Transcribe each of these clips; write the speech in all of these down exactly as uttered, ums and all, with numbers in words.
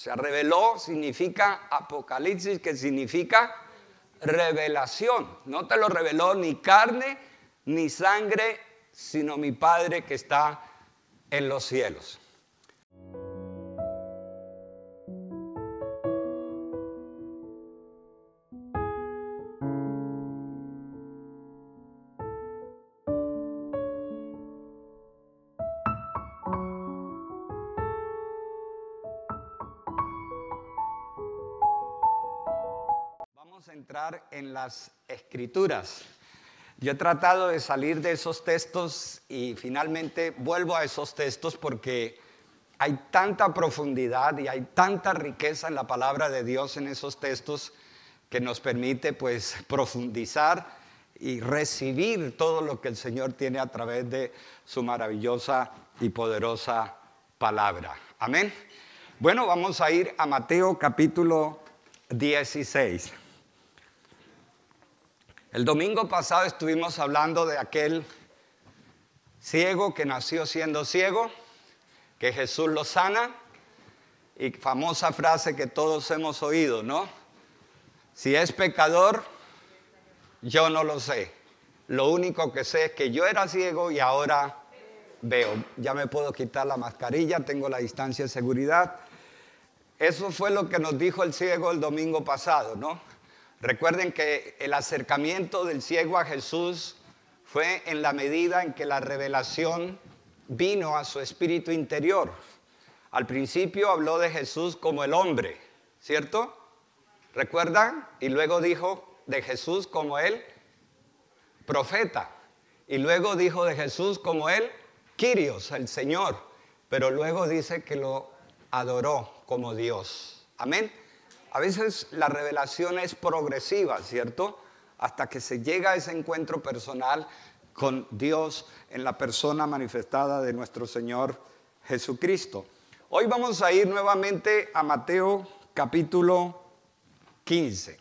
sea, reveló significa apocalipsis, que significa revelación. No te lo reveló ni carne ni sangre, sino mi Padre que está en los cielos. Vamos a entrar en las Escrituras. Yo he tratado de salir de esos textos y finalmente vuelvo a esos textos porque hay tanta profundidad y hay tanta riqueza en la palabra de Dios en esos textos que nos permite pues profundizar y recibir todo lo que el Señor tiene a través de su maravillosa y poderosa palabra. Amén. Bueno, vamos a ir a Mateo capítulo dieciséis. El domingo pasado estuvimos hablando de aquel ciego que nació siendo ciego, que Jesús lo sana, y famosa frase que todos hemos oído, ¿no? Si es pecador, yo no lo sé. Lo único que sé es que yo era ciego y ahora veo. Ya me puedo quitar la mascarilla, tengo la distancia de seguridad. Eso fue lo que nos dijo el ciego el domingo pasado, ¿no? Recuerden que el acercamiento del ciego a Jesús fue en la medida en que la revelación vino a su espíritu interior. Al principio habló de Jesús como el hombre, ¿cierto? ¿Recuerdan? Y luego dijo de Jesús como el profeta. Y luego dijo de Jesús como el Kyrios, el Señor. Pero luego dice que lo adoró como Dios. Amén. A veces la revelación es progresiva, ¿cierto? Hasta que se llega a ese encuentro personal con Dios en la persona manifestada de nuestro Señor Jesucristo. Hoy vamos a ir nuevamente a Mateo capítulo quince.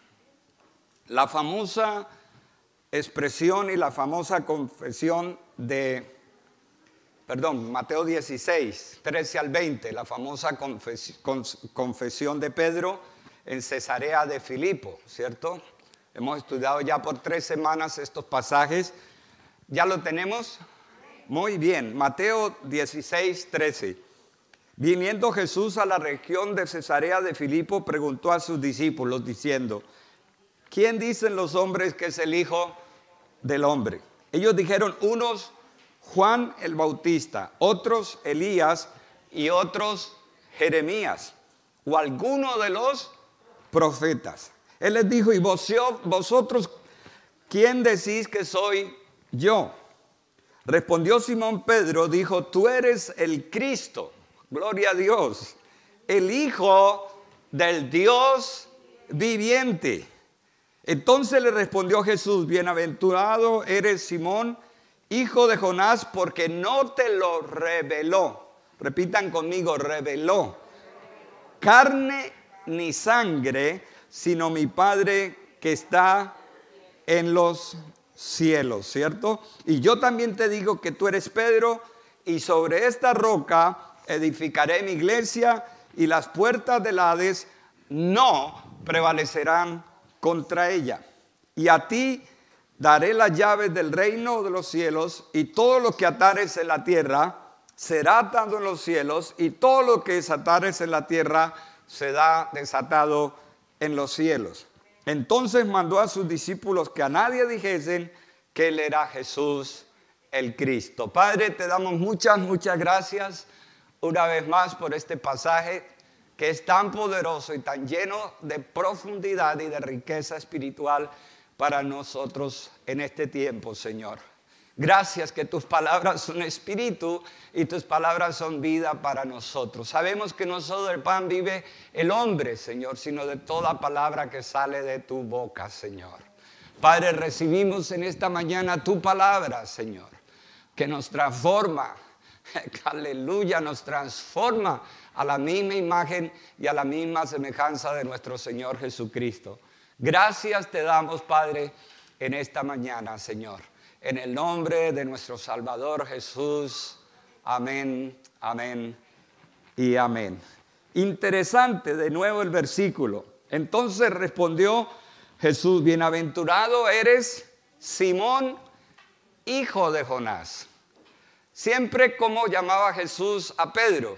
La famosa expresión y la famosa confesión de... Perdón, Mateo dieciséis, trece al veinte, la famosa confes, confesión de Pedro en Cesarea de Filipo, ¿cierto? Hemos estudiado ya por tres semanas estos pasajes. ¿Ya lo tenemos? Muy bien, Mateo dieciséis, trece. Viniendo Jesús a la región de Cesarea de Filipo, preguntó a sus discípulos diciendo, ¿quién dicen los hombres que es el Hijo del Hombre? Ellos dijeron, unos Juan el Bautista, otros Elías y otros Jeremías o alguno de los profetas. Él les dijo, ¿y vos, vosotros quién decís que soy yo? Respondió Simón Pedro, dijo, tú eres el Cristo, gloria a Dios, el Hijo del Dios viviente. Entonces le respondió Jesús, bienaventurado eres Simón, hijo de Jonás, porque no te lo reveló. Repitan conmigo, reveló. Carne ni sangre, sino mi Padre que está en los cielos, ¿cierto? Y yo también te digo que tú eres Pedro, y sobre esta roca edificaré mi iglesia, y las puertas del Hades no prevalecerán contra ella. Y a ti daré las llaves del reino de los cielos, y todo lo que atares en la tierra será atado en los cielos, y todo lo que desatares en la tierra será desatado en los cielos. Entonces mandó a sus discípulos que a nadie dijesen que él era Jesús el Cristo. Padre, te damos muchas, muchas gracias una vez más por este pasaje que es tan poderoso y tan lleno de profundidad y de riqueza espiritual para nosotros en este tiempo, Señor. Gracias que tus palabras son espíritu y tus palabras son vida para nosotros. Sabemos que no solo del pan vive el hombre, Señor, sino de toda palabra que sale de tu boca, Señor. Padre, recibimos en esta mañana tu palabra, Señor, que nos transforma, aleluya, nos transforma a la misma imagen y a la misma semejanza de nuestro Señor Jesucristo. Gracias te damos, Padre, en esta mañana, Señor. En el nombre de nuestro Salvador Jesús. Amén, amén y amén. Interesante de nuevo el versículo. Entonces respondió Jesús: bienaventurado eres, Simón, hijo de Jonás. Siempre, ¿cómo llamaba Jesús a Pedro?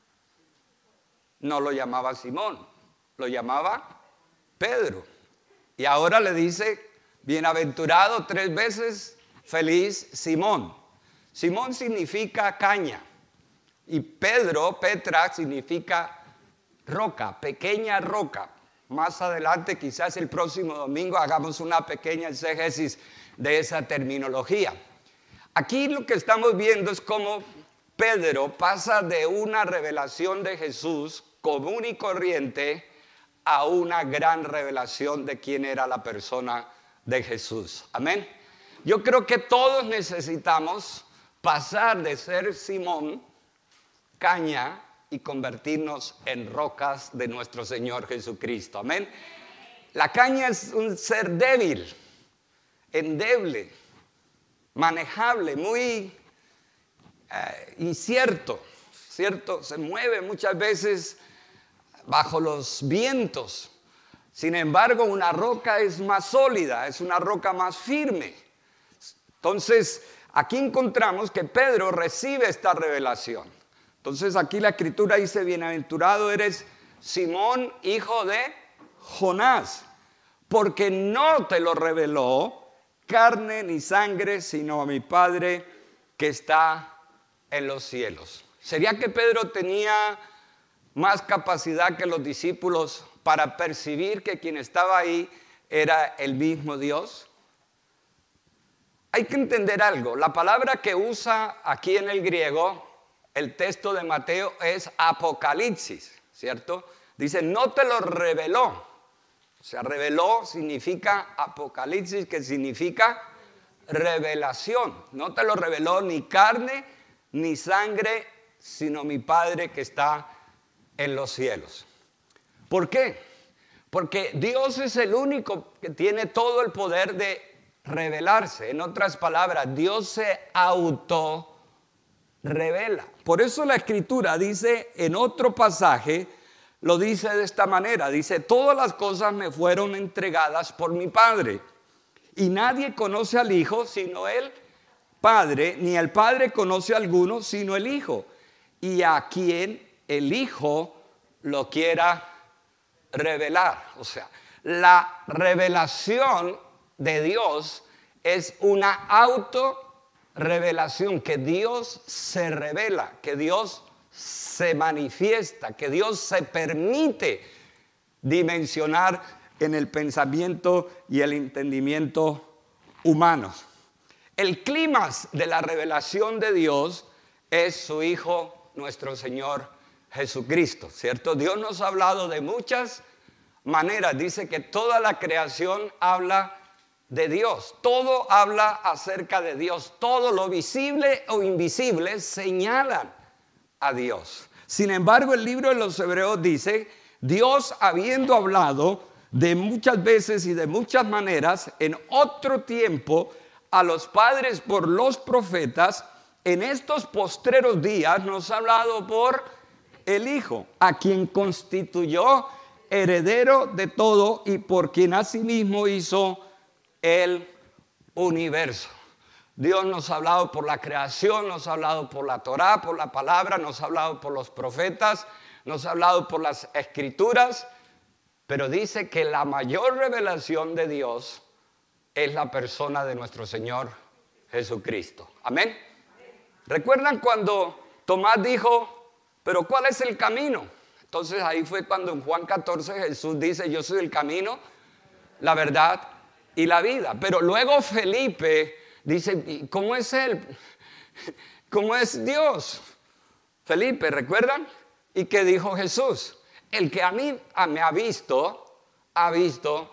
No lo llamaba Simón, lo llamaba Pedro. Y ahora le dice: bienaventurado tres veces, feliz Simón. Simón significa caña. Y Pedro, Petra, significa roca, pequeña roca. Más adelante, quizás el próximo domingo, hagamos una pequeña exégesis de esa terminología. Aquí lo que estamos viendo es cómo Pedro pasa de una revelación de Jesús común y corriente a una gran revelación de quién era la persona de Jesús. Amén. Yo creo que todos necesitamos pasar de ser Simón, caña, y convertirnos en rocas de nuestro Señor Jesucristo. Amén. La caña es un ser débil, endeble, manejable, muy eh, incierto, ¿cierto? Se mueve muchas veces bajo los vientos. Sin embargo, una roca es más sólida, es una roca más firme. Entonces, aquí encontramos que Pedro recibe esta revelación. Entonces, aquí la Escritura dice: bienaventurado eres, Simón, hijo de Jonás, porque no te lo reveló carne ni sangre, sino a mi Padre que está en los cielos. ¿Sería que Pedro tenía más capacidad que los discípulos para percibir que quien estaba ahí era el mismo Dios? Hay que entender algo. La palabra que usa aquí en el griego, el texto de Mateo, es apocalipsis, ¿cierto? Dice: no te lo reveló. O sea, reveló significa apocalipsis, que significa revelación. No te lo reveló ni carne ni sangre, sino mi Padre que está en los cielos. ¿Por qué? Porque Dios es el único que tiene todo el poder de revelarse. En otras palabras, Dios se auto revela. Por eso la Escritura dice en otro pasaje, lo dice de esta manera, dice: todas las cosas me fueron entregadas por mi Padre, y nadie conoce al Hijo sino el Padre, ni el Padre conoce a alguno sino el Hijo, y a quien el Hijo lo quiera revelar. O sea, la revelación de Dios es una auto revelación, que Dios se revela, que Dios se manifiesta, que Dios se permite dimensionar en el pensamiento y el entendimiento humanos. El clímax de la revelación de Dios es su Hijo, nuestro Señor Jesucristo, ¿cierto? Dios nos ha hablado de muchas maneras. Dice que toda la creación habla de Dios, todo habla acerca de Dios, todo lo visible o invisible señalan a Dios. Sin embargo, el libro de los Hebreos dice: Dios, habiendo hablado de muchas veces y de muchas maneras en otro tiempo a los padres por los profetas, en estos postreros días nos ha hablado por el Hijo, a quien constituyó heredero de todo y por quien asimismo hizo el universo. Dios nos ha hablado por la creación, nos ha hablado por la Torá, por la palabra, nos ha hablado por los profetas, nos ha hablado por las escrituras, pero dice que la mayor revelación de Dios es la persona de nuestro Señor Jesucristo. Amén. ¿Recuerdan cuando Tomás dijo: pero cuál es el camino? Entonces ahí fue cuando en Juan catorce Jesús dice: yo soy el camino, la verdad y la vida. Pero luego Felipe dice: ¿cómo es Él? ¿Cómo es Dios? Felipe, ¿recuerdan? ¿Y qué dijo Jesús? El que a mí a, me ha visto, ha visto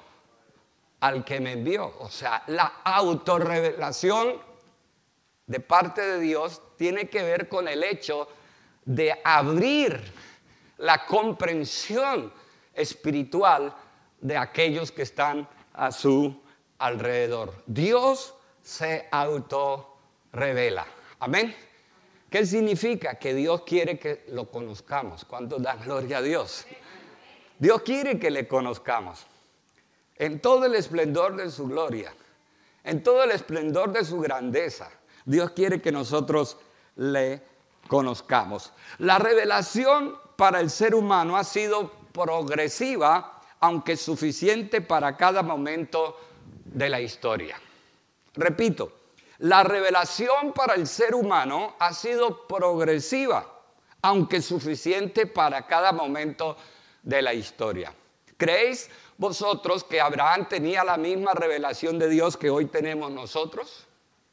al que me envió. O sea, la autorrevelación de parte de Dios tiene que ver con el hecho de abrir la comprensión espiritual de aquellos que están a su alrededor. Dios se autorrevela. Amén. ¿Qué significa? Que Dios quiere que lo conozcamos. ¿Cuántos dan gloria a Dios? Dios quiere que le conozcamos en todo el esplendor de su gloria, en todo el esplendor de su grandeza. Dios quiere que nosotros le conozcamos. La revelación para el ser humano ha sido progresiva, aunque suficiente para cada momento de la historia. Repito, la revelación para el ser humano ha sido progresiva, aunque suficiente para cada momento de la historia. ¿Creéis vosotros que Abraham tenía la misma revelación de Dios que hoy tenemos nosotros?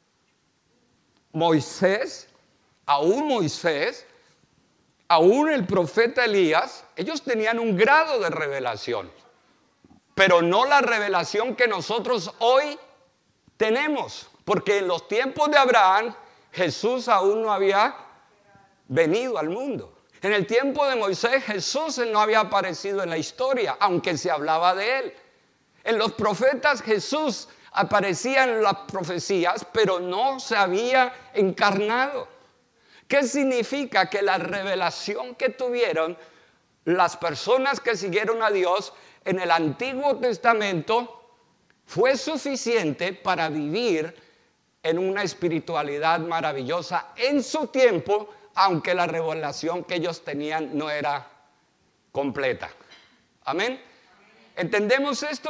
Moisés, aún Moisés, aún el profeta Elías, ellos tenían un grado de revelación, pero no la revelación que nosotros hoy tenemos, porque en los tiempos de Abraham Jesús aún no había venido al mundo. En el tiempo de Moisés Jesús no había aparecido en la historia, aunque se hablaba de él. En los profetas Jesús aparecía en las profecías, pero no se había encarnado. ¿Qué significa? Que la revelación que tuvieron las personas que siguieron a Dios en el Antiguo Testamento fue suficiente para vivir en una espiritualidad maravillosa en su tiempo, aunque la revelación que ellos tenían no era completa. ¿Amén? ¿Entendemos esto?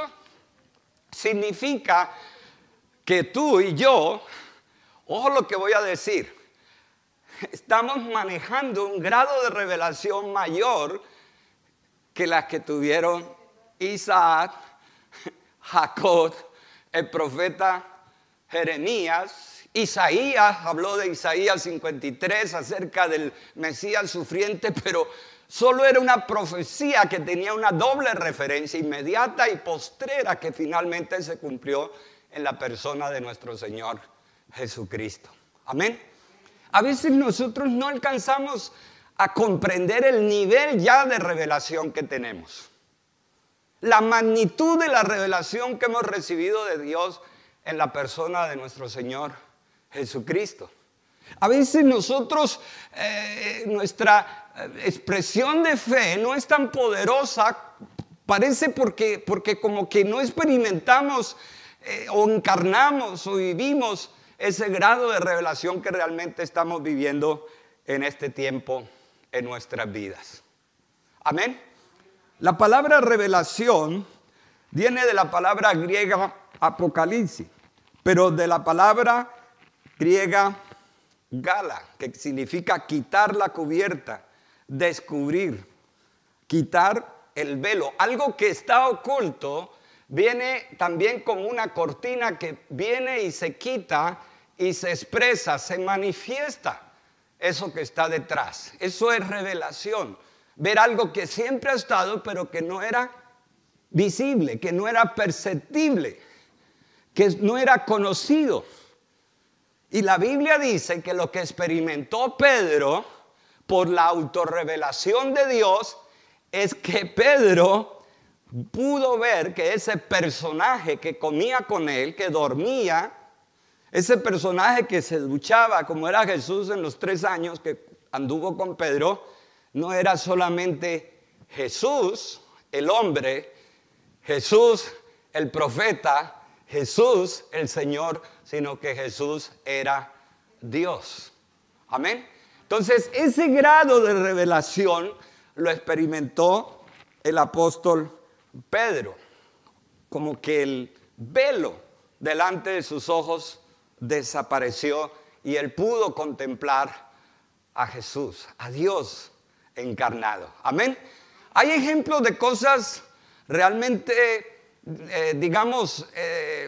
Significa que tú y yo, ojo lo que voy a decir, estamos manejando un grado de revelación mayor que las que tuvieron Isaac, Jacob, el profeta Jeremías, Isaías. Habló de Isaías cincuenta y tres acerca del Mesías sufriente, pero solo era una profecía que tenía una doble referencia, inmediata y postrera, que finalmente se cumplió en la persona de nuestro Señor Jesucristo. Amén. A veces nosotros no alcanzamos a comprender el nivel ya de revelación que tenemos, la magnitud de la revelación que hemos recibido de Dios en la persona de nuestro Señor Jesucristo. A veces nosotros, eh, nuestra expresión de fe no es tan poderosa, parece porque, porque como que no experimentamos eh, o encarnamos o vivimos ese grado de revelación que realmente estamos viviendo en este tiempo en nuestras vidas. Amén. La palabra revelación viene de la palabra griega apocalipsis, pero de la palabra griega gala, que significa quitar la cubierta, descubrir, quitar el velo. Algo que está oculto viene también como una cortina que viene y se quita y se expresa, se manifiesta eso que está detrás. Eso es revelación. Ver algo que siempre ha estado, pero que no era visible, que no era perceptible, que no era conocido. Y la Biblia dice que lo que experimentó Pedro por la autorrevelación de Dios es que Pedro pudo ver que ese personaje que comía con él, que dormía, ese personaje que se duchaba como era Jesús en los tres años que anduvo con Pedro, no era solamente Jesús, el hombre, Jesús, el profeta, Jesús, el Señor, sino que Jesús era Dios. Amén. Entonces, ese grado de revelación lo experimentó el apóstol Pedro, como que el velo delante de sus ojos desapareció y él pudo contemplar a Jesús, a Dios encarnado. Amén. Hay ejemplos de cosas realmente, eh, digamos, eh,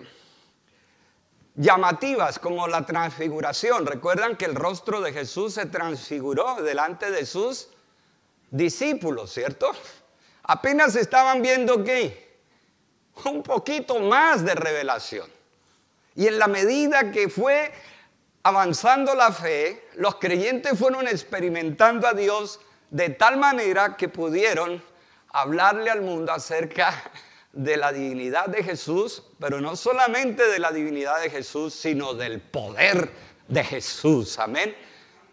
llamativas, como la transfiguración. Recuerdan que el rostro de Jesús se transfiguró delante de sus discípulos, ¿cierto? Apenas estaban viendo ¿qué? Un poquito más de revelación. Y en la medida que fue avanzando la fe, los creyentes fueron experimentando a Dios de tal manera que pudieron hablarle al mundo acerca de la divinidad de Jesús, pero no solamente de la divinidad de Jesús, sino del poder de Jesús. Amén.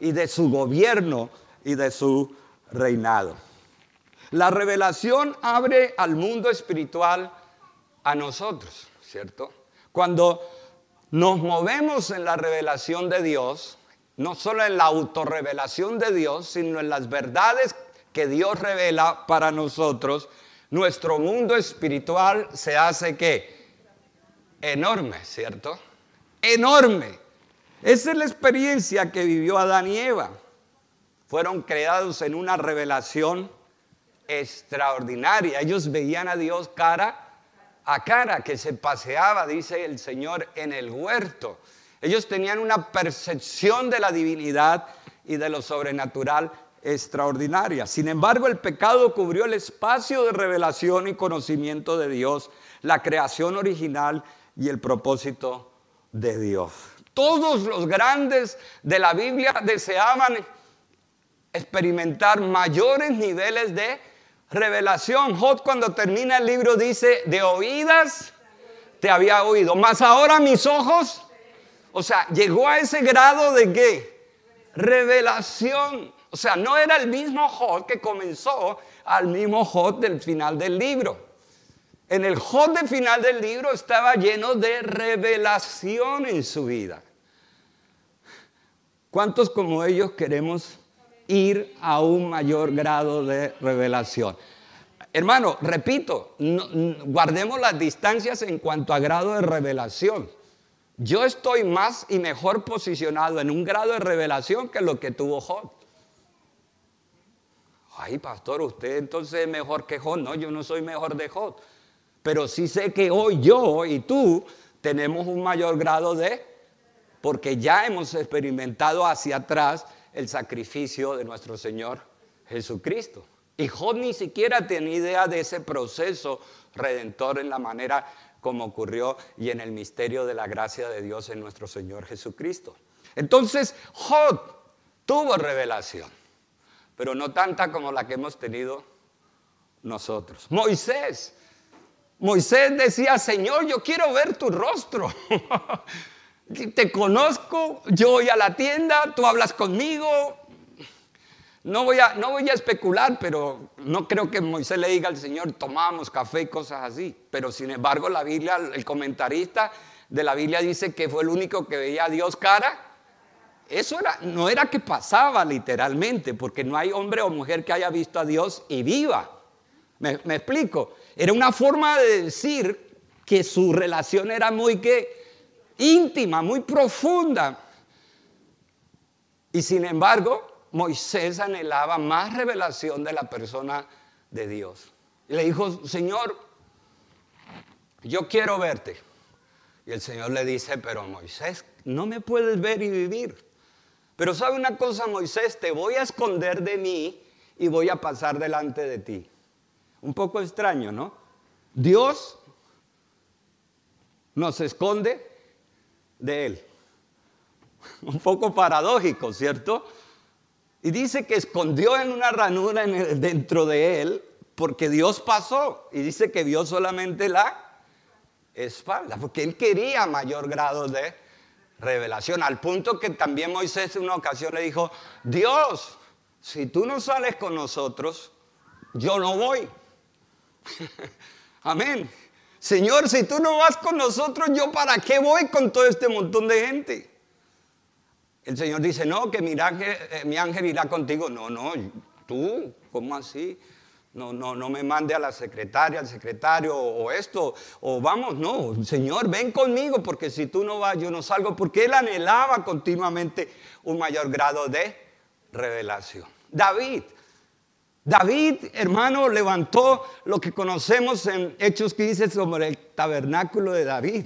y de su gobierno y de su reinado. La revelación abre al mundo espiritual a nosotros, ¿cierto? Cuando nos movemos en la revelación de Dios, no solo en la autorrevelación de Dios, sino en las verdades que Dios revela para nosotros, nuestro mundo espiritual se hace ¿qué? Enorme, ¿cierto? Enorme. Esa es la experiencia que vivió Adán y Eva. Fueron creados en una revelación extraordinaria. Ellos veían a Dios cara a cara, que se paseaba, dice el Señor, en el huerto. Ellos tenían una percepción de la divinidad y de lo sobrenatural extraordinaria. Sin embargo, el pecado cubrió el espacio de revelación y conocimiento de Dios, la creación original y el propósito de Dios. Todos los grandes de la Biblia deseaban experimentar mayores niveles de revelación. Job, cuando termina el libro, dice: de oídas te había oído, mas ahora mis ojos. O sea, llegó a ese grado de ¿qué? Revelación. O sea, no era el mismo Job que comenzó al mismo Job del final del libro. En el Job del final del libro estaba lleno de revelación en su vida. ¿Cuántos como ellos queremos ir a un mayor grado de revelación? Hermano, repito, no, guardemos las distancias en cuanto a grado de revelación. Yo estoy más y mejor posicionado en un grado de revelación que lo que tuvo Job. Ay, pastor, usted entonces es mejor que Job. No, yo no soy mejor de Job. Pero sí sé que hoy yo y tú tenemos un mayor grado de, porque ya hemos experimentado hacia atrás el sacrificio de nuestro Señor Jesucristo. Y Job ni siquiera tenía idea de ese proceso redentor en la manera como ocurrió y en el misterio de la gracia de Dios en nuestro Señor Jesucristo. Entonces, Job tuvo revelación, pero no tanta como la que hemos tenido nosotros. Moisés, Moisés decía: Señor, yo quiero ver tu rostro. Te conozco, yo voy a la tienda, tú hablas conmigo. No voy a, no voy a especular, pero no creo que Moisés le diga al Señor: tomamos café y cosas así. Pero sin embargo, la Biblia, el comentarista de la Biblia dice que fue el único que veía a Dios cara. Eso era, no era que pasaba literalmente, porque no hay hombre o mujer que haya visto a Dios y viva. ¿Me, me explico? Era una forma de decir que su relación era muy ¿qué? Íntima, muy profunda. Y sin embargo, Moisés anhelaba más revelación de la persona de Dios. Y le dijo: Señor, yo quiero verte. Y el Señor le dice: pero Moisés, no me puedes ver y vivir. Pero ¿sabe una cosa, Moisés? Te voy a esconder de mí y voy a pasar delante de ti. Un poco extraño, ¿no? Dios nos esconde de Él. Un poco paradójico, ¿cierto? Y dice que escondió en una ranura en el, dentro de Él, porque Dios pasó. Y dice que vio solamente la espalda, porque Él quería mayor grado de revelación. Al punto que también Moisés en una ocasión le dijo: Dios, si tú no sales con nosotros, yo no voy. Amén. Señor, si tú no vas con nosotros, ¿yo para qué voy con todo este montón de gente? El Señor dice: no, que mi ángel, eh, mi ángel irá contigo. No, no, tú, ¿cómo así? No, no, no me mande a la secretaria, al secretario, o, o esto, o vamos, no, Señor, ven conmigo, porque si tú no vas, yo no salgo, porque Él anhelaba continuamente un mayor grado de revelación. David, David, hermano, levantó lo que conocemos en Hechos quince sobre el tabernáculo de David.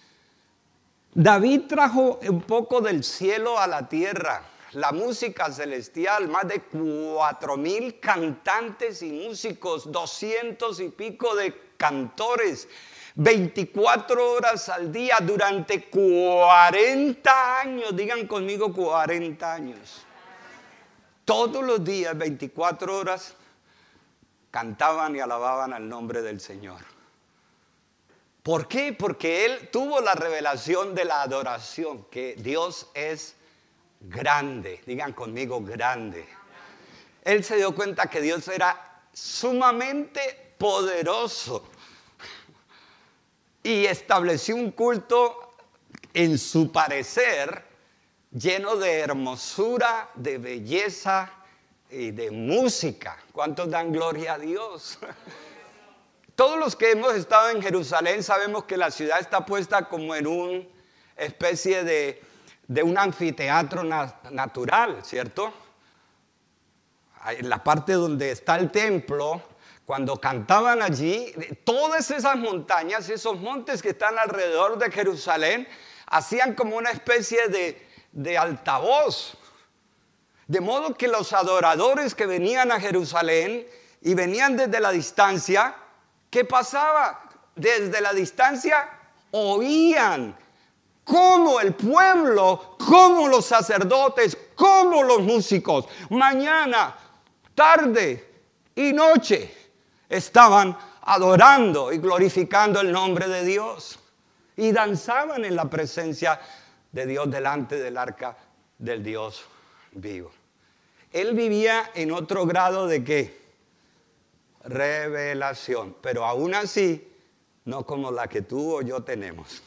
David trajo un poco del cielo a la tierra, la música celestial, más de cuatro mil cantantes y músicos, doscientos y pico de cantores, veinticuatro horas al día durante cuarenta años, digan conmigo cuarenta años. Todos los días, veinticuatro horas, cantaban y alababan al nombre del Señor. ¿Por qué? Porque él tuvo la revelación de la adoración, que Dios es grande. Digan conmigo, grande. Él se dio cuenta que Dios era sumamente poderoso y estableció un culto en su parecer lleno de hermosura, de belleza y de música. ¿Cuántos dan gloria a Dios? Todos los que hemos estado en Jerusalén sabemos que la ciudad está puesta como en una especie de, de un anfiteatro na- natural, ¿cierto? En la parte donde está el templo, cuando cantaban allí, todas esas montañas, esos montes que están alrededor de Jerusalén, hacían como una especie de, de altavoz. De modo que los adoradores que venían a Jerusalén y venían desde la distancia, ¿qué pasaba? Desde la distancia oían cómo el pueblo, cómo los sacerdotes, cómo los músicos, mañana, tarde y noche estaban adorando y glorificando el nombre de Dios y danzaban en la presencia de Dios delante del arca del Dios vivo. Él vivía en otro grado de ¿qué? Revelación, pero aún así no como la que tú o yo tenemos.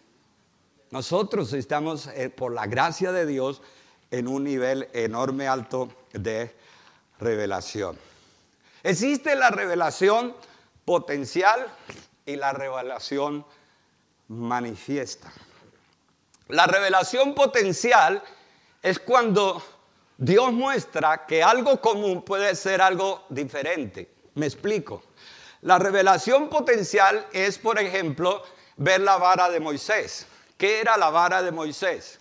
Nosotros estamos eh, por la gracia de Dios en un nivel enorme, alto de revelación. Existe la revelación potencial y la revelación manifiesta. La revelación potencial es cuando Dios muestra que algo común puede ser algo diferente. Me explico. La revelación potencial es, por ejemplo, ver la vara de Moisés. ¿Qué era la vara de Moisés?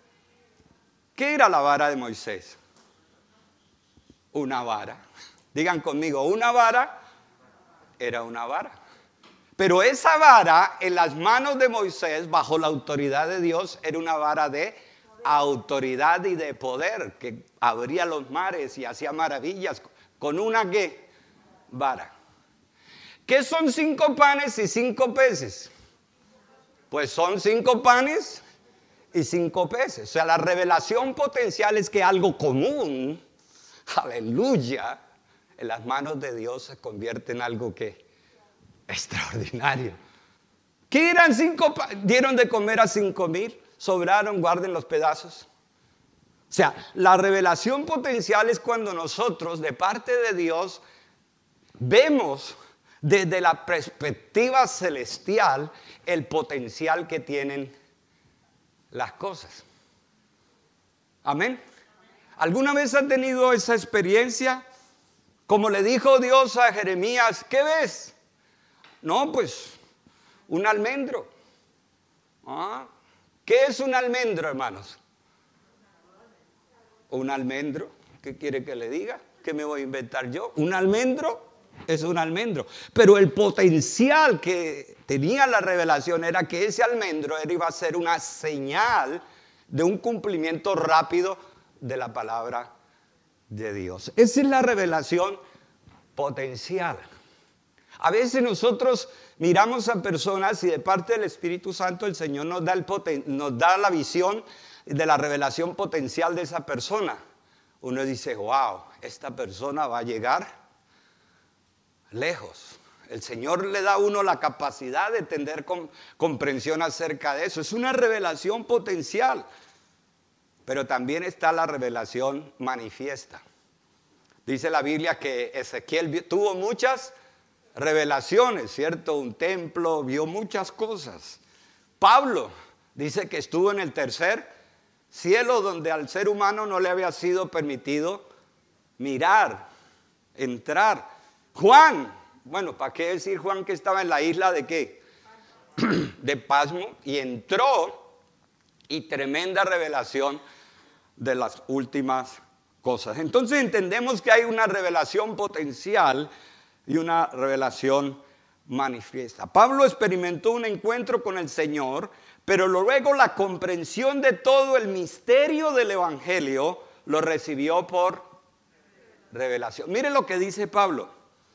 ¿Qué era la vara de Moisés? Una vara. Digan conmigo, una vara era una vara. Pero esa vara en las manos de Moisés, bajo la autoridad de Dios, era una vara de autoridad y de poder, que abría los mares y hacía maravillas con una ¿qué? Vara. ¿Qué son cinco panes y cinco peces? Pues son cinco panes y cinco peces. O sea, la revelación potencial es que algo común, aleluya, en las manos de Dios se convierte en algo que extraordinario. ¿Qué eran cinco panes? Dieron de comer a cinco mil, sobraron, guarden los pedazos. O sea, la revelación potencial es cuando nosotros, de parte de Dios, vemos desde la perspectiva celestial el potencial que tienen las cosas. Amén. ¿Alguna vez han tenido esa experiencia? Como le dijo Dios a Jeremías, ¿qué ves? No, pues un almendro. ¿Ah? ¿Qué es un almendro, hermanos? Un almendro. ¿Qué quiere que le diga? ¿Qué me voy a inventar yo? Un almendro es un almendro. Pero el potencial que tenía la revelación era que ese almendro era, iba a ser una señal de un cumplimiento rápido de la palabra de Dios. Esa es la revelación potencial. A veces nosotros miramos a personas y de parte del Espíritu Santo el Señor nos da, el poten- nos da la visión de la revelación potencial de esa persona. Uno dice, wow, esta persona va a llegar lejos. El Señor le da a uno la capacidad de tener com- comprensión acerca de eso. Es una revelación potencial. Pero también está la revelación manifiesta. Dice la Biblia que Ezequiel vio, tuvo muchas revelaciones, ¿cierto? Un templo, vio muchas cosas. Pablo dice que estuvo en el tercer cielo, donde al ser humano no le había sido permitido mirar, entrar. Juan, bueno, ¿para qué decir Juan que estaba en la isla de qué? De Pasmo, y entró, y tremenda revelación de las últimas cosas. Entonces entendemos que hay una revelación potencial y una revelación manifiesta. Pablo experimentó un encuentro con el Señor, pero luego la comprensión de todo el misterio del Evangelio lo recibió por revelación. Mire lo que dice Pablo.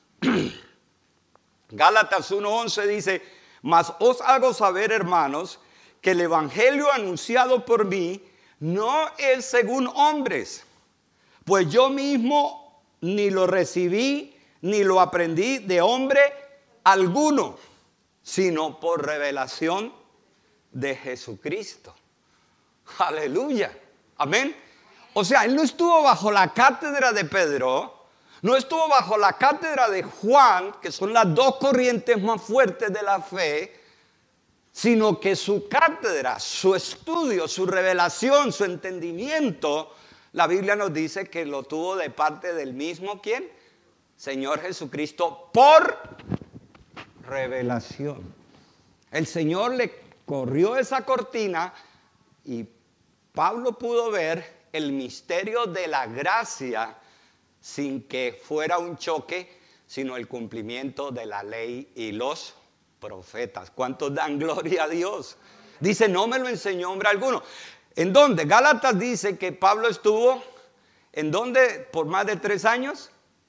Gálatas uno once dice, mas os hago saber, hermanos, que el Evangelio anunciado por mí no es según hombres, pues yo mismo ni lo recibí ni lo aprendí de hombre alguno, sino por revelación de Jesucristo. Aleluya, amén. O sea, él no estuvo bajo la cátedra de Pedro, no estuvo bajo la cátedra de Juan, que son las dos corrientes más fuertes de la fe, sino que su cátedra, su estudio, su revelación, su entendimiento, la Biblia nos dice que lo tuvo de parte del mismo, ¿quién? Señor Jesucristo, por revelación. El Señor le corrió esa cortina y Pablo pudo ver el misterio de la gracia sin que fuera un choque, sino el cumplimiento de la ley y los profetas. ¿Cuántos dan gloria a Dios? Dice, no me lo enseñó hombre alguno. ¿En dónde? Gálatas dice que Pablo estuvo, ¿en dónde? Por más de tres años.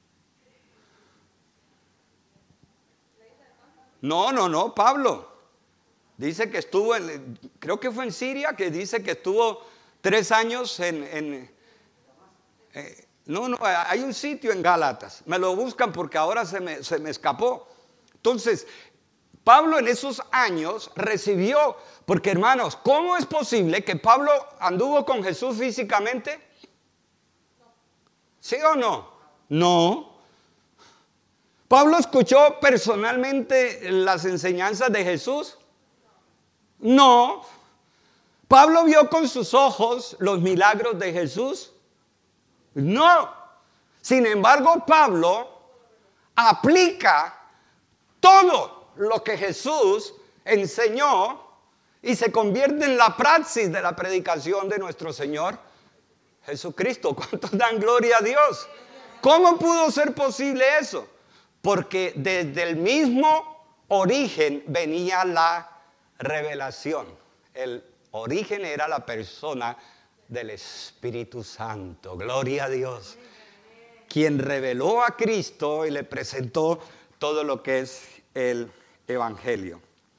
No, no, no, Pablo. Dice que estuvo, en, creo que fue en Siria, que dice que estuvo tres años en... en eh, no, no, hay un sitio en Gálatas. Me lo buscan porque ahora se me, se me escapó. Entonces, Pablo en esos años recibió, porque hermanos, ¿cómo es posible que Pablo anduvo con Jesús físicamente? ¿Sí o no? No. ¿Pablo escuchó personalmente las enseñanzas de Jesús? No. ¿Pablo vio con sus ojos los milagros de Jesús? No. Sin embargo, Pablo aplica todo lo que Jesús enseñó y se convierte en la praxis de la predicación de nuestro Señor Jesucristo. ¿Cuántos dan gloria a Dios? ¿Cómo pudo ser posible eso? Porque desde el mismo origen venía la revelación. El origen era la persona del Espíritu Santo. Gloria a Dios. Quien reveló a Cristo y le presentó todo lo que es el Evangelio.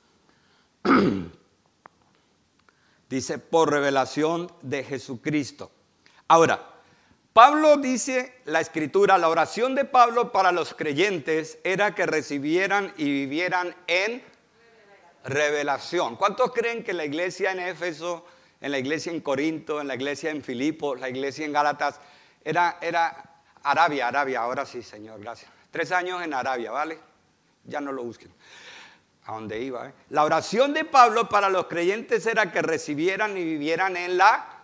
Dice, por revelación de Jesucristo. Ahora, Pablo dice, la Escritura, la oración de Pablo para los creyentes era que recibieran y vivieran en revelación. ¿Cuántos creen que la iglesia en Éfeso, en la iglesia en Corinto, en la iglesia en Filipos, la iglesia en Gálatas, era, era Arabia, Arabia, ahora sí, Señor, gracias. Tres años en Arabia, ¿vale? Ya no lo busquen. ¿A dónde iba? Eh? La oración de Pablo para los creyentes era que recibieran y vivieran en la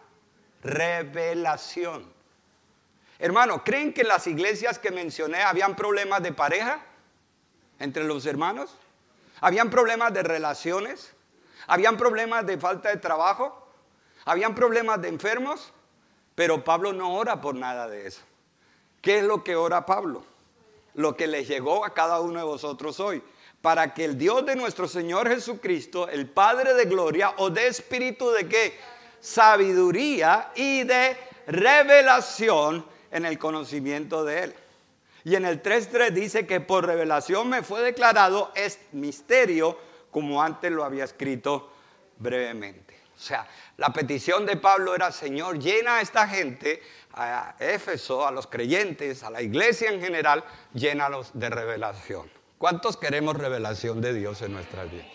revelación. Hermano, ¿creen que en las iglesias que mencioné habían problemas de pareja entre los hermanos? ¿Habían problemas de relaciones? ¿Habían problemas de falta de trabajo? ¿Habían problemas de enfermos? Pero Pablo no ora por nada de eso. ¿Qué es lo que ora Pablo? Lo que les llegó a cada uno de vosotros hoy. Para que el Dios de nuestro Señor Jesucristo, el Padre de gloria, os dé espíritu de ¿qué? Sabiduría y de revelación en el conocimiento de Él. Y en el tres tres dice que por revelación me fue declarado este misterio, como antes lo había escrito brevemente. O sea, la petición de Pablo era, Señor, llena a esta gente, a Éfeso, a los creyentes, a la iglesia en general, llénalos de revelación. ¿Cuántos queremos revelación de Dios en nuestras vidas?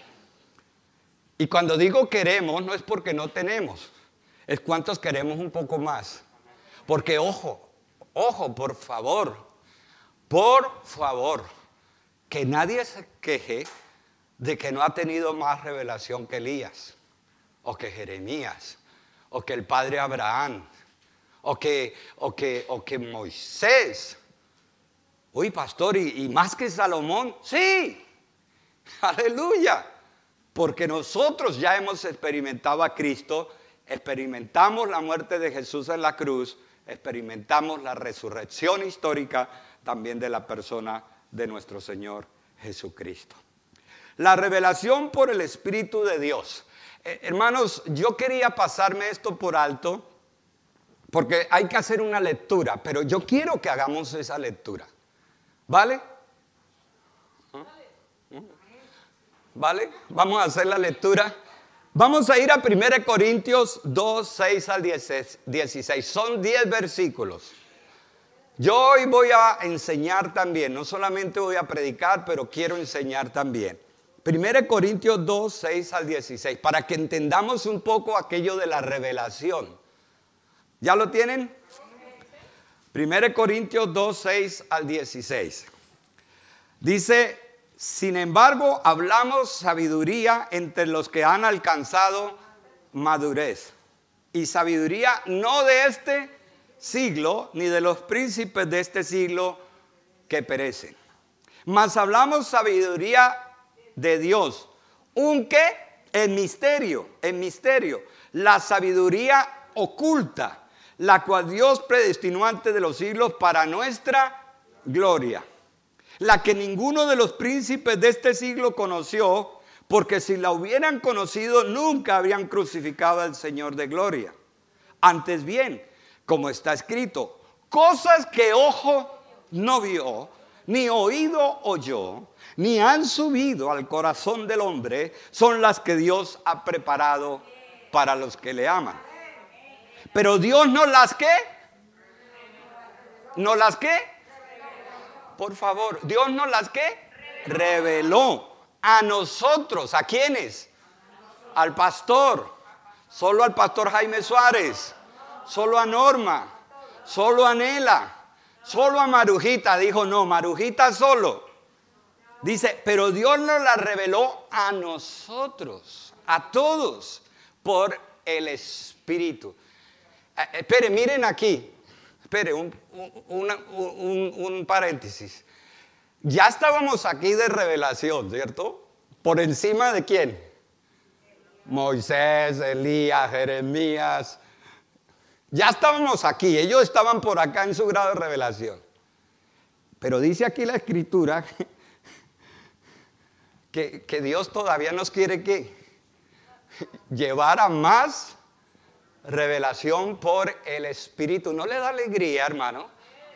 Y cuando digo queremos, no es porque no tenemos, es cuántos queremos un poco más. Porque ojo, ojo, por favor, por favor, que nadie se queje de que no ha tenido más revelación que Elías, o que Jeremías, o que el padre Abraham, o que, o que, o que Moisés. Uy, pastor, ¿y, y más que Salomón? Sí, aleluya, porque nosotros ya hemos experimentado a Cristo, experimentamos la muerte de Jesús en la cruz, experimentamos la resurrección histórica también de la persona de nuestro Señor Jesucristo. La revelación por el Espíritu de Dios. Eh, hermanos, yo quería pasarme esto por alto porque hay que hacer una lectura, pero yo quiero que hagamos esa lectura. ¿Vale? ¿Vale? Vamos a hacer la lectura Vamos a ir a primera Corintios dos, seis al dieciséis. Son diez versículos. Yo hoy voy a enseñar también. No solamente voy a predicar, pero quiero enseñar también. primera Corintios dos, seis al dieciséis. Para que entendamos un poco aquello de la revelación. ¿Ya lo tienen? primera Corintios dos, seis al dieciséis. Dice: sin embargo, hablamos sabiduría entre los que han alcanzado madurez. Y sabiduría no de este siglo, ni de los príncipes de este siglo que perecen. Mas hablamos sabiduría de Dios. ¿Un qué? En misterio, en misterio. La sabiduría oculta, la cual Dios predestinó antes de los siglos para nuestra gloria. La que ninguno de los príncipes de este siglo conoció, porque si la hubieran conocido nunca habrían crucificado al Señor de gloria. Antes bien, como está escrito, cosas que ojo no vio, ni oído oyó, ni han subido al corazón del hombre, son las que Dios ha preparado para los que le aman. Pero Dios no las ¿qué? ¿No las qué? Por favor, Dios nos las ¿qué? Reveló a nosotros. ¿A quiénes? Al pastor. Solo al pastor Jaime Suárez. Solo a Norma. Solo a Nela. Solo a Marujita. Dijo no, Marujita solo. Dice, pero Dios nos la reveló a nosotros. A todos. Por el Espíritu. Eh, espere, miren aquí. Espere, un, un, un, un paréntesis. Ya estábamos aquí de revelación, ¿cierto? ¿Por encima de quién? Moisés, Elías, Jeremías. Ya estábamos aquí, ellos estaban por acá en su grado de revelación. Pero dice aquí la Escritura que, que Dios todavía nos quiere ¿qué? Llevar a más revelación por el Espíritu. ¿No le da alegría, hermano?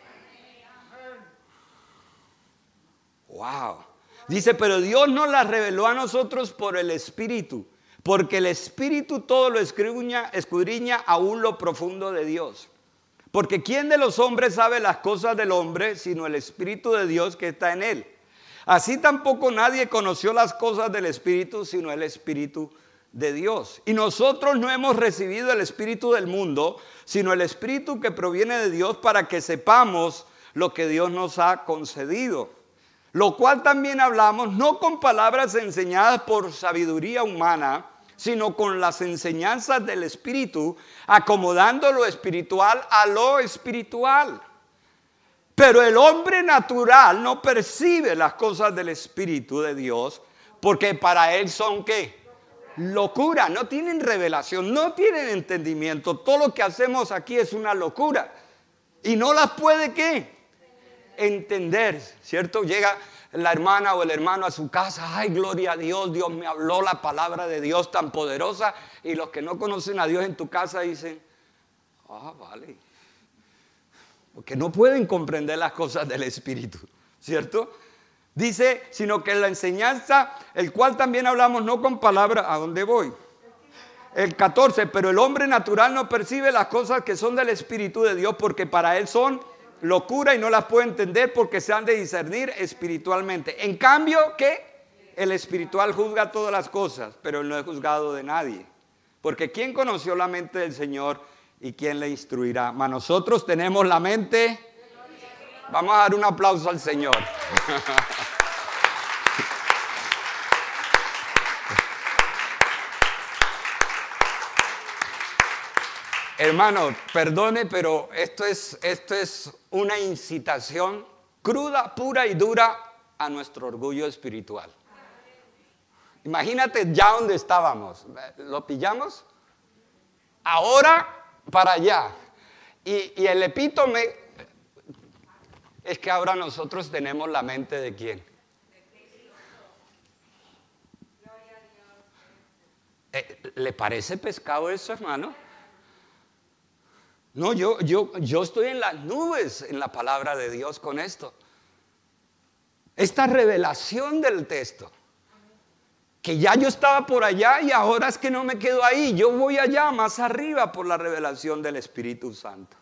Wow. Dice, pero Dios nos la reveló a nosotros por el Espíritu, porque el Espíritu todo lo escudriña, escudriña aún lo profundo de Dios. Porque ¿quién de los hombres sabe las cosas del hombre, sino el Espíritu de Dios que está en él? Así tampoco nadie conoció las cosas del Espíritu, sino el Espíritu de Dios. Y nosotros no hemos recibido el espíritu del mundo, sino el Espíritu que proviene de Dios, para que sepamos lo que Dios nos ha concedido. Lo cual también hablamos no con palabras enseñadas por sabiduría humana, sino con las enseñanzas del Espíritu, acomodando lo espiritual a lo espiritual. Pero el hombre natural no percibe las cosas del Espíritu de Dios, porque para él son ¿qué? Locura. No tienen revelación, no tienen entendimiento. Todo lo que hacemos aquí es una locura. Y no las puede ¿qué? Entender, ¿cierto? Llega la hermana o el hermano a su casa. Ay, gloria a Dios, Dios me habló la palabra de Dios tan poderosa. Y los que no conocen a Dios en tu casa dicen, ah, vale. Porque no pueden comprender las cosas del Espíritu, ¿cierto? Dice, sino que la enseñanza, el cual también hablamos no con palabras. ¿A dónde voy? El catorce, pero el hombre natural no percibe las cosas que son del Espíritu de Dios, porque para él son locura y no las puede entender, porque se han de discernir espiritualmente. En cambio, ¿qué? El espiritual juzga todas las cosas, pero él no es juzgado de nadie. Porque ¿quién conoció la mente del Señor y quién le instruirá? Mas nosotros tenemos la mente. Vamos a dar un aplauso al Señor. Hermano, perdone, pero esto es, esto es una incitación cruda, pura y dura a nuestro orgullo espiritual. Imagínate ya donde estábamos. ¿Lo pillamos? Ahora para allá. Y, y el epítome es que ahora nosotros tenemos la mente de ¿quién? Eh, ¿Le parece pescado eso, hermano? No, yo, yo, yo estoy en las nubes en la palabra de Dios con esto. Esta revelación del texto. que ya yo estaba por allá y ahora es que no me quedo ahí. Yo voy allá, más arriba, por la revelación del Espíritu Santo.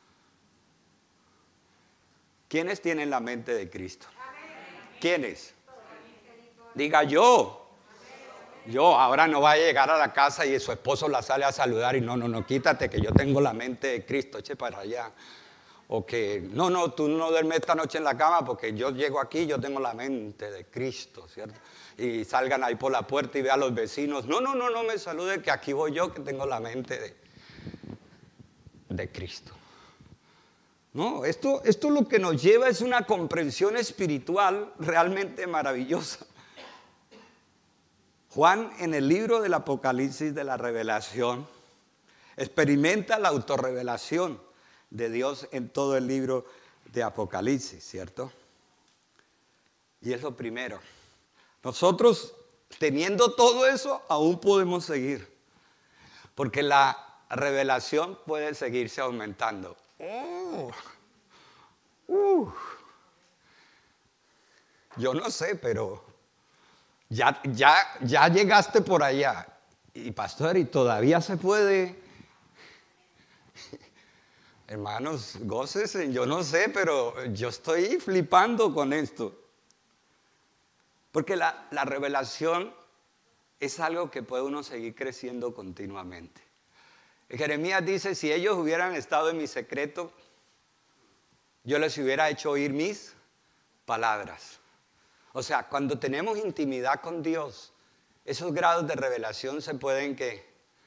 ¿Quiénes tienen la mente de Cristo? ¿Quiénes? Diga yo. Yo ahora no va a llegar a la casa y su esposo la sale a saludar y no, no, no, quítate que yo tengo la mente de Cristo, eche para allá. O que, no, no, tú no duermes esta noche en la cama porque yo llego aquí, yo tengo la mente de Cristo, ¿cierto? Y salgan ahí por la puerta y vean a los vecinos, no, no, no, no me salude que aquí voy yo que tengo la mente de, de Cristo. No, esto, esto lo que nos lleva es una comprensión espiritual realmente maravillosa. Juan, en el libro del Apocalipsis de la Revelación, experimenta la autorrevelación de Dios en todo el libro de Apocalipsis, ¿cierto? Y es lo primero. Nosotros, teniendo todo eso, aún podemos seguir. Porque la revelación puede seguirse aumentando. Oh, uh. Yo no sé, pero ya, ya, ya llegaste por allá. Y pastor, y todavía se puede. Hermanos, gócesen, yo no sé, pero yo estoy flipando con esto. Porque la, la revelación es algo que puede uno seguir creciendo continuamente. Jeremías dice, si ellos hubieran estado en mi secreto, yo les hubiera hecho oír mis palabras. O sea, cuando tenemos intimidad con Dios, esos grados de revelación se pueden, ¿qué?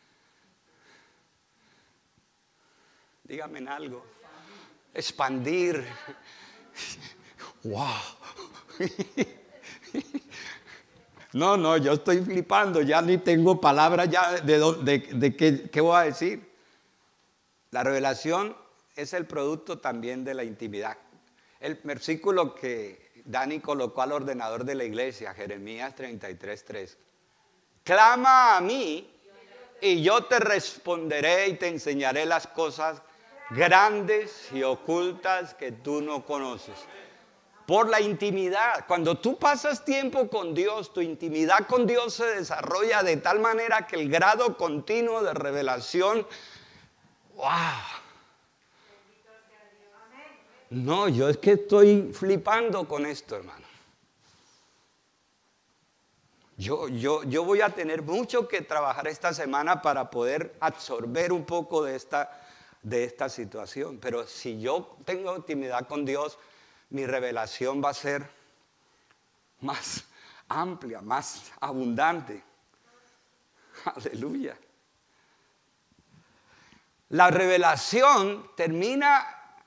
Díganme algo. Expandir. ¡Wow! No, no, yo estoy flipando, ya ni tengo palabras ya de, de, de qué, qué voy a decir. La revelación es el producto también de la intimidad. El versículo que Dani colocó al ordenador de la iglesia, Jeremías treinta y tres, tres. Clama a mí y yo te responderé y te enseñaré las cosas grandes y ocultas que tú no conoces. Por la intimidad. Cuando tú pasas tiempo con Dios, tu intimidad con Dios se desarrolla de tal manera que el grado continuo de revelación, ¡wow! No, yo es que estoy flipando con esto, hermano. Yo, yo, yo voy a tener mucho que trabajar esta semana para poder absorber un poco de esta, de esta situación. Pero si yo tengo intimidad con Dios, mi revelación va a ser más amplia, más abundante. Aleluya. La revelación termina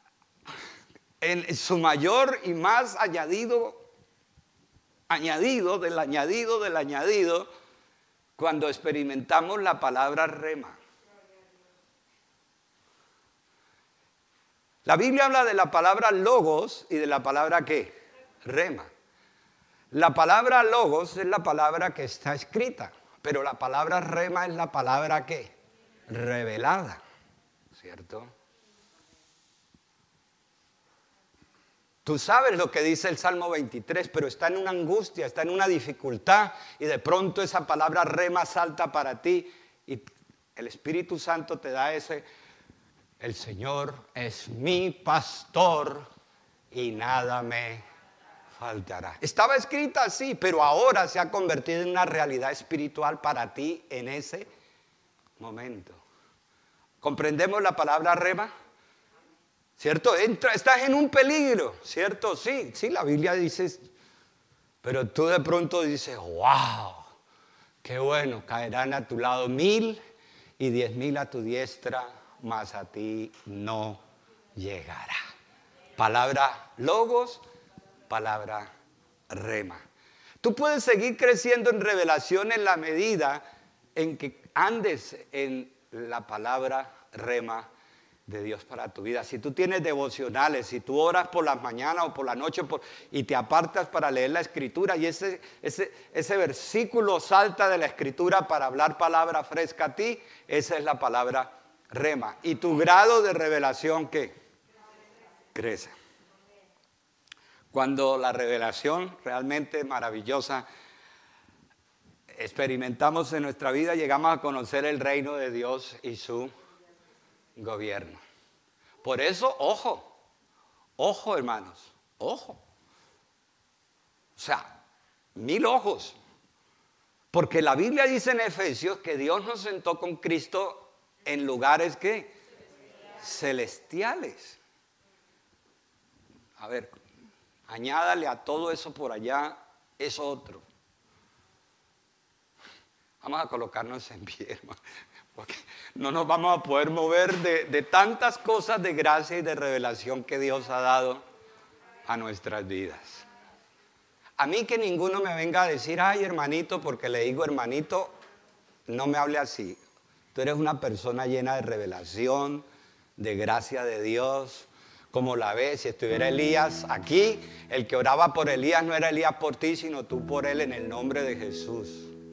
en su mayor y más añadido, añadido del añadido del añadido, cuando experimentamos la palabra rema. La Biblia habla de la palabra logos y de la palabra ¿qué? Rema. La palabra logos es la palabra que está escrita, pero la palabra rema es la palabra ¿qué? Revelada, ¿cierto? Tú sabes lo que dice el Salmo veintitrés, pero está en una angustia, está en una dificultad y de pronto esa palabra rema salta para ti y el Espíritu Santo te da ese... El Señor es mi pastor y nada me faltará. Estaba escrita así, pero ahora se ha convertido en una realidad espiritual para ti en ese momento. ¿Comprendemos la palabra rema? ¿Cierto? Entra, estás en un peligro, ¿cierto? Sí, sí, la Biblia dice, pero tú de pronto dices, wow, qué bueno, caerán a tu lado mil y diez mil a tu diestra, mas a ti no llegará. Palabra logos, palabra rema. Tú puedes seguir creciendo en revelación en la medida en que andes en la palabra rema de Dios para tu vida. Si tú tienes devocionales, si tú oras por las mañanas o por la noche por, y te apartas para leer la Escritura y ese, ese, ese versículo salta de la Escritura para hablar palabra fresca a ti, esa es la palabra rema. Y tu grado de revelación, ¿qué? Crece. Cuando la revelación realmente maravillosa experimentamos en nuestra vida, llegamos a conocer el reino de Dios y su gobierno. Por eso, ojo, ojo hermanos, ojo. O sea, mil ojos. Porque la Biblia dice en Efesios que Dios nos sentó con Cristo en lugares que celestiales. A ver, añádale a todo eso por allá, eso otro. Vamos a colocarnos en pie, hermano, porque no nos vamos a poder mover de, de tantas cosas de gracia y de revelación que Dios ha dado a nuestras vidas. A mí que ninguno me venga a decir, ay hermanito, porque le digo hermanito, no me hable así. Tú eres una persona llena de revelación, de gracia de Dios, como la ves. Si estuviera Elías aquí, el que oraba por Elías no era Elías por ti, sino tú por él en el nombre de Jesús.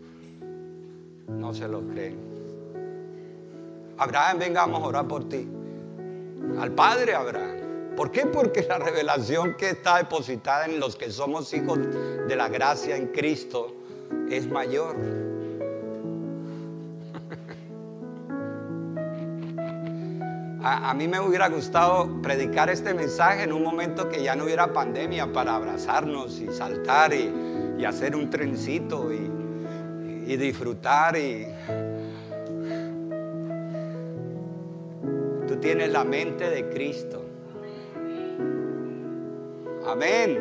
No se lo creen. Abraham, venga, vamos a orar por ti. Al Padre Abraham. ¿Por qué? Porque la revelación que está depositada en los que somos hijos de la gracia en Cristo es mayor. A, a mí me hubiera gustado predicar este mensaje en un momento que ya no hubiera pandemia para abrazarnos y saltar y, y hacer un trencito y, y disfrutar. Y tú tienes la mente de Cristo. Amén.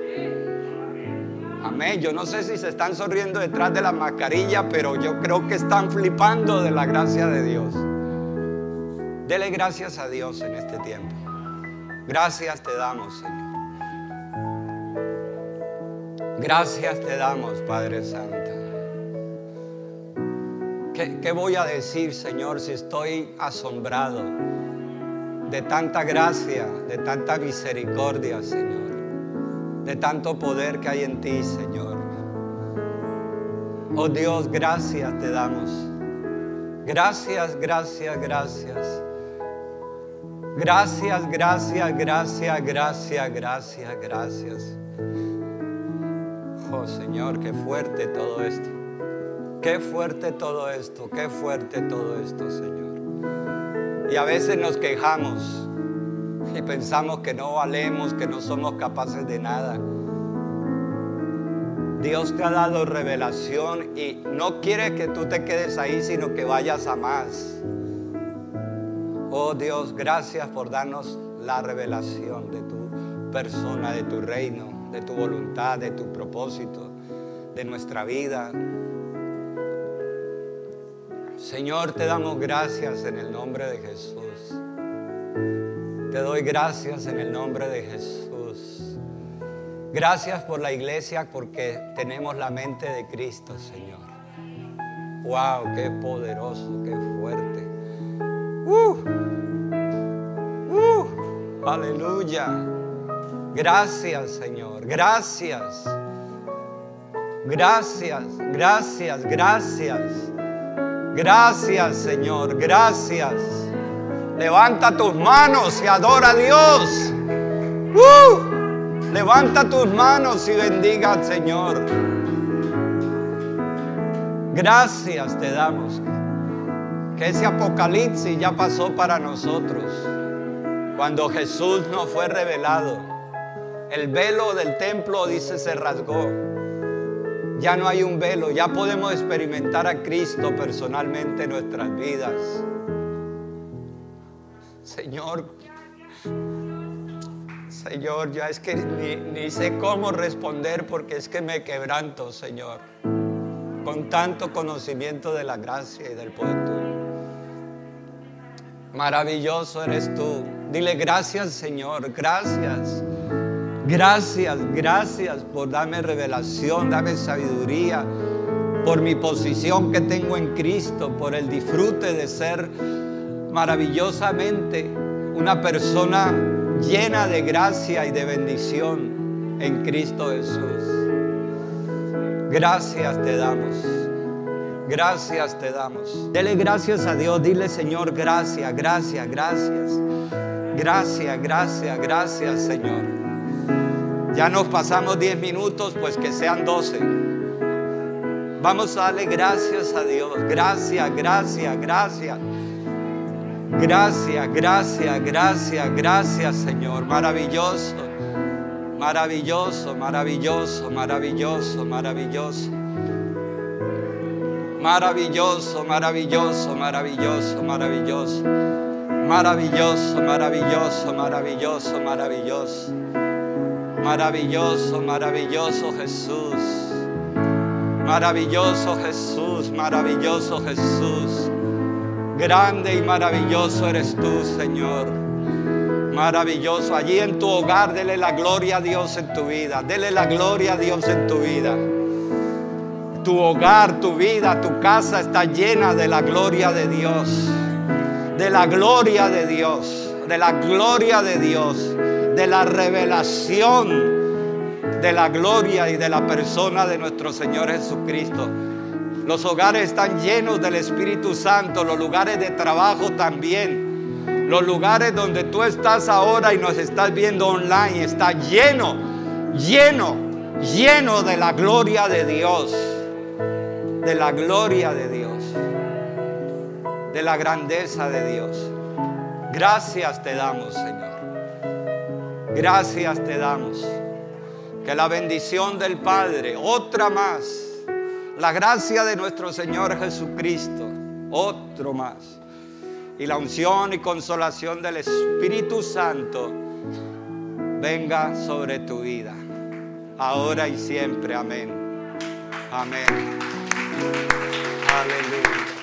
Amén. Yo no sé si se están sonriendo detrás de la mascarilla, pero yo creo que están flipando de la gracia de Dios. Dele gracias a Dios en este tiempo. Gracias te damos, Señor. Gracias te damos, Padre Santo. ¿Qué, qué voy a decir, Señor, si estoy asombrado de tanta gracia, de tanta misericordia, Señor? De tanto poder que hay en ti, Señor. Oh Dios, gracias te damos. Gracias, gracias, gracias. Gracias, gracias, gracias, gracias, gracias, gracias. Oh Señor, qué fuerte todo esto. Qué fuerte todo esto, qué fuerte todo esto, Señor. Y a veces nos quejamos y pensamos que no valemos, que no somos capaces de nada. Dios te ha dado revelación y no quiere que tú te quedes ahí, sino que vayas a más. Oh Dios, gracias por darnos la revelación de tu persona, de tu reino, de tu voluntad, de tu propósito, de nuestra vida. Señor, te damos gracias en el nombre de Jesús. Te doy gracias en el nombre de Jesús. Gracias por la iglesia, porque tenemos la mente de Cristo, Señor. Wow, qué poderoso, qué fuerte. Uh, uh, aleluya. Gracias, Señor. Gracias. Gracias, gracias, gracias. Gracias, Señor. Gracias. Levanta tus manos y adora a Dios. Uh, levanta tus manos y bendiga al Señor. Gracias te damos. Que ese apocalipsis ya pasó para nosotros. Cuando Jesús nos fue revelado, el velo del templo, dice, se rasgó. Ya no hay un velo, ya podemos experimentar a Cristo personalmente en nuestras vidas. Señor, Señor, ya es que ni, ni sé cómo responder, porque es que me quebranto, Señor, con tanto conocimiento de la gracia y del poder tuyo. Maravilloso eres tú. Dile gracias, Señor, gracias. Gracias, gracias por darme revelación, darme sabiduría, por mi posición que tengo en Cristo, por el disfrute de ser maravillosamente una persona llena de gracia y de bendición en Cristo Jesús. Gracias te damos. Gracias te damos. Dele gracias a Dios. Dile, Señor, gracias, gracias, gracias. Gracias, gracias, gracias, Señor. Ya nos pasamos diez minutos, pues que sean doce. Vamos a darle gracias a Dios. Gracias, gracias, gracias. Gracias, gracias, gracias, gracias, Señor. Maravilloso, maravilloso, maravilloso, maravilloso, maravilloso. Maravilloso, maravilloso, maravilloso, maravilloso. Maravilloso, maravilloso, maravilloso, maravilloso. Maravilloso, maravilloso Jesús. Maravilloso Jesús, maravilloso Jesús. Grande y maravilloso eres tú, Señor. Maravilloso. Allí en tu hogar, dele la gloria a Dios en tu vida. Dele la gloria a Dios en tu vida. Tu hogar, tu vida, tu casa está llena de la gloria de Dios. De la gloria de Dios. De la gloria de Dios. De la revelación de la gloria y de la persona de nuestro Señor Jesucristo. Los hogares están llenos del Espíritu Santo, los lugares de trabajo también. Los lugares donde tú estás ahora y nos estás viendo online, está lleno, lleno, lleno de la gloria de Dios. De la gloria de Dios. De la grandeza de Dios. Gracias te damos, Señor. Gracias te damos. Que la bendición del Padre, otra más, la gracia de nuestro Señor Jesucristo, otro más, y la unción y consolación del Espíritu Santo venga sobre tu vida, ahora y siempre. Amén. Amén. Aleluya.